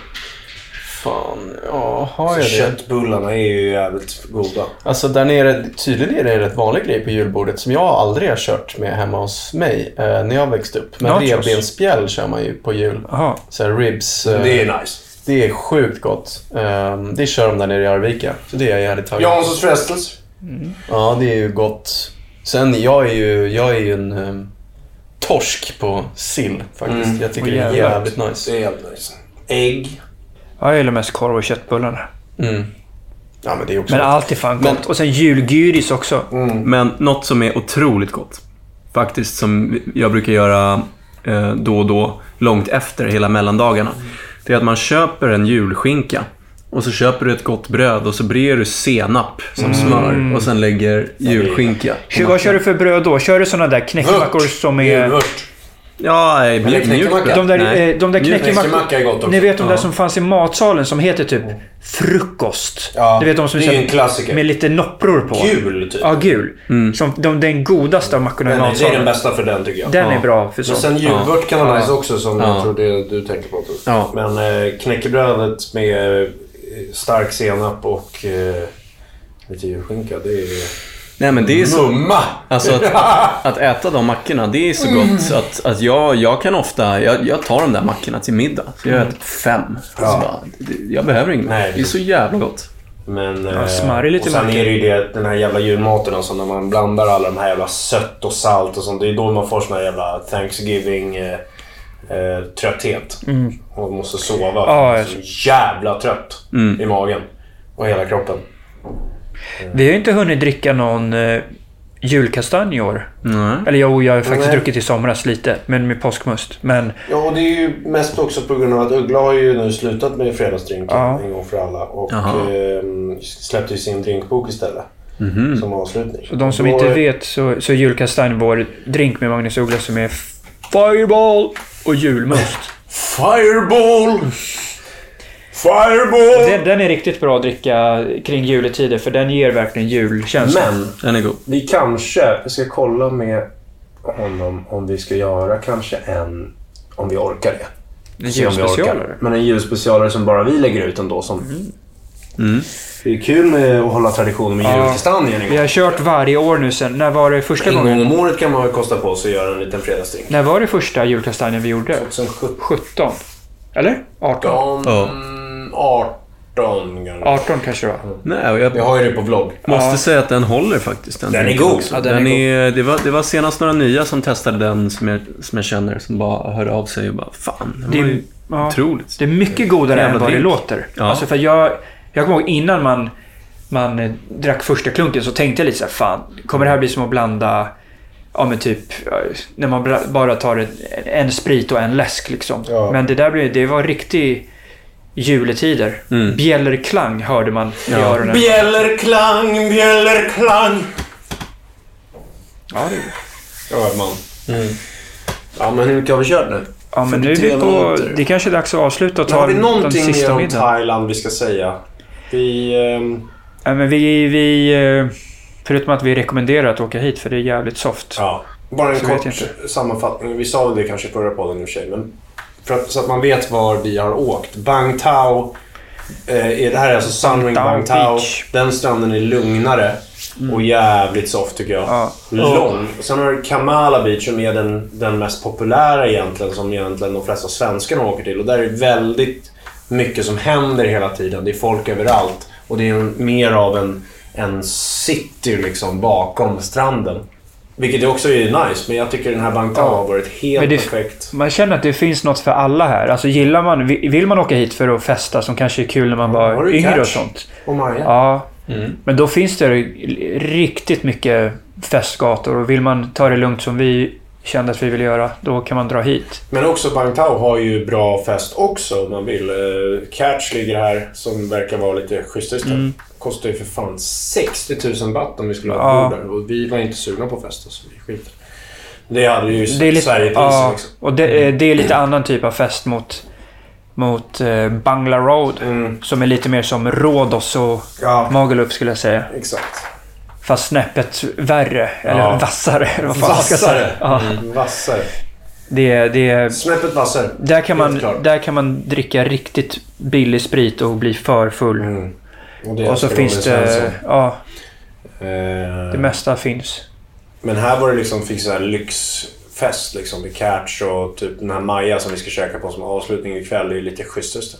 Fan, ja, har jag det? Köttbullarna är ju jävligt goda. Alltså där nere, tydligen är det en rätt vanlig grej på julbordet som jag aldrig har kört med hemma hos mig eh, när jag växte upp. Men revbensspjäll kör man ju på jul. Aha. Så här, ribs. Eh, det är nice. Det är sjukt gott. Um, det kör de där nere i Arvika. Så det är jag jävligt taggad. Janssons frestelse. Mm. Ja, det är ju gott. Sen, jag är ju, jag är ju en um, torsk på sill faktiskt. Mm. Jag tycker det är jävligt nice. Det är jävligt nice. Ägg. Ja, jag gillar mest korv och köttbullarna. Mm. Ja, men det är också Men allt är fan gott. Men, och sen julgyris också. Mm. Men något som är otroligt gott. Faktiskt som jag brukar göra eh, då och då. Långt efter hela mellandagarna. Mm. Det är att man köper en julskinka och så köper du ett gott bröd och så brer du senap som mm. smör och sen lägger julskinka. Kör, vad kör du för bröd då? Kör du såna där knäckemackor som är... Julvört. Ja, mjuk. De där, de där knäckemackor är gott också. Ni vet de ja. där som fanns i matsalen som heter typ frukost. Ja, du vet de som det är en klassiker. Med lite noppror på. Gul typ. Ja, gul. Mm. Som de, den godaste av mackorna i matsalen. Det är den bästa för den tycker jag. Den ja. är bra för sånt. Men sen julvört kan vara ja. nice också som ja. jag tror det du tänker på. Ja. Men äh, knäckebrödet med äh, stark senap och äh, lite julskinka, det är... Nej men det är så Mumma. Alltså att, att äta de mackorna, det är så gott mm. att, att jag, jag kan ofta jag, jag tar de där mackorna till middag. Så jag äter fem. Ja. Så bara, jag behöver inget. Nej, det är så jävla gott. Men ja, smarrig lite och sen är det ju det, den här jävla julmaten alltså, när man blandar alla de här jävla sött och salt och sånt. Det är då man får sån här jävla Thanksgiving eh, eh, trötthet. Mm. Och måste sova. Ja, jag... Så jävla trött mm. i magen och hela kroppen. Vi har inte hunnit dricka någon eh, julkastanj i år. Mm. Eller jo, jag har faktiskt Nej. druckit i somras lite, men med påskmust. Men... Ja, och det är ju mest också på grund av att Uggla har ju nu slutat med fredagsdrinken ja. en gång för alla. Och eh, släppte ju sin drinkbok istället. Mm-hmm. Som avslutning. Så de som Då... inte vet så, så är julkastanj vår drink med Magnus Uggla som är Fireball och julmust. Fireball! Fireball! Den, den är riktigt bra att dricka kring juletider för den ger verkligen julkänsla. Men den är god. Vi kanske ska kolla med honom om vi ska göra kanske en, om vi orkar det. En julspecialare? Men en julspecialare som bara vi lägger ut ändå. Som... Mm. Mm. Det är kul med att hålla traditionen med ja. julkastanjen. Vi har kört varje år nu sen. När var det första en gången? En gång om året kan man kosta på sig att göra en liten fredagsdrink. När var det första julkastanjen vi gjorde? tjugohundrasjutton. Eller? arton? Ja. arton arton kanske det var. Mm. Nej, och jag, jag har ju det på vlogg. Måste ja. säga att den håller faktiskt. Den, den är god. Ja, den den är, är det, var, det var senast några nya som testade den som jag, som jag känner som bara hörde av sig och bara fan, det, det var ju ja, otroligt. Det är mycket godare än vad det låter. Ja. Alltså för jag, jag kommer ihåg innan man, man drack första klunken så tänkte jag lite så här, fan, kommer det här bli som att blanda ja men typ när man bara tar en, en sprit och en läsk liksom. Ja. Men det där blev, det var riktigt juletider. Mm. Bjällerklang hörde man i ja. öronen. Bjällerklang, bjällerklang. Ja, det är det. Ja, man. Mm. Ja, men hur mycket har vi kört nu? Ja, men nu är vi på... Minuter. Det är kanske är dags att avsluta och ta den sista middagen. Har vi någonting mer om middagen. Thailand vi ska säga? Vi... Um... Ja, men vi... vi förutom att vi rekommenderar att åka hit för det är jävligt soft. Ja, bara en så kort sammanfattning. Vi sa det kanske förra podden i och för sig, men för att, så att man vet var vi har åkt. Bang Tao, eh, det här är alltså Sunring Bang Tao. Den stranden är lugnare mm. och jävligt soft tycker jag. Ja. Lång. Och sen har du Kamala Beach som är den, den mest populära egentligen, som egentligen de flesta svenskarna åker till. Och där är det väldigt mycket som händer hela tiden. Det är folk överallt. Och det är en, mer av en, en city liksom bakom stranden. Vilket också är nice, men jag tycker den här Bang Tao ja. har varit helt det, perfekt. Man känner att det finns något för alla här. Alltså gillar man, vill man åka hit för att festa som kanske är kul när man var ja, yngre catch? och sånt. Och Maja. Ja, mm. men då finns det riktigt mycket festgator och vill man ta det lugnt som vi kände att vi vill göra, då kan man dra hit. Men också Bang Tao har ju bra fest också om man vill. Catch ligger här som verkar vara lite schysst. Mm. Kostar ju för fan sextio tusen baht om vi skulle ha ja. bord. Och vi var inte sugna på fest så vi skiter. Det hade ju det är lite, Sverigepriser ja, liksom. Och det, det är lite annan typ av fest mot mot eh, Bangla Road mm. som är lite mer som Rhodos och ja. Magaluf skulle jag säga. Exakt. Fast snäppet värre eller ja. vassare vad fan vassare. Ska säga. Ja. Mm. Vassare. Det det snäppet vassare. Där kan man där kan man dricka riktigt billig sprit och bli för full. Mm. Och, och så finns det ja. Eh, det mesta finns. Men här var det liksom fick så här lyxfest liksom med Catch och typ den här Maja som vi ska käka på som avslutning ikväll är ju lite schysst.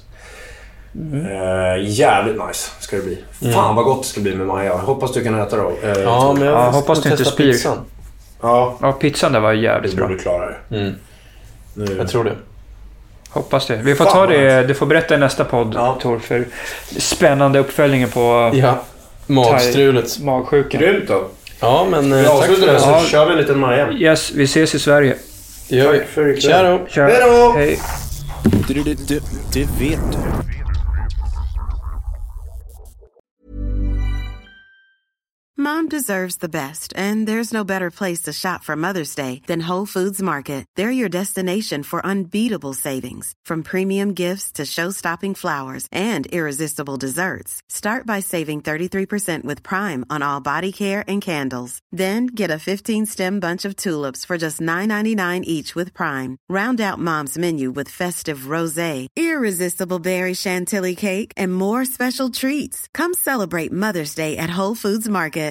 Mm. Eh, jävligt nice ska det bli. Mm. Fan vad gott det ska bli med Maja. Hoppas du kan äta då. Eh, ja, men jag ja, hoppas du inte spyr. Pizzan. Ja. Ja, pizzan där var jävligt bra. Du klara det. Mm. Nu. Jag tror det. Hoppas det. Vi får Fan, ta det. Du får berätta i nästa podd, ja. Tor, för spännande uppföljningen på ja. magstrulet. Magsjukan. Grymt då. Ja, men vi avslutar det så ja. kör vi en liten Maja. Yes, vi ses i Sverige. Gör vi. För ikväll. Hej då. Hej. Du, du, du, du vet du. Mom deserves the best, and there's no better place to shop for Mother's Day than Whole Foods Market. They're your destination for unbeatable savings, from premium gifts to show-stopping flowers and irresistible desserts. Start by saving thirty-three percent with Prime on all body care and candles. Then get a fifteen-stem bunch of tulips for just nine ninety-nine each with Prime. Round out Mom's menu with festive rosé, irresistible berry chantilly cake, and more special treats. Come celebrate Mother's Day at Whole Foods Market.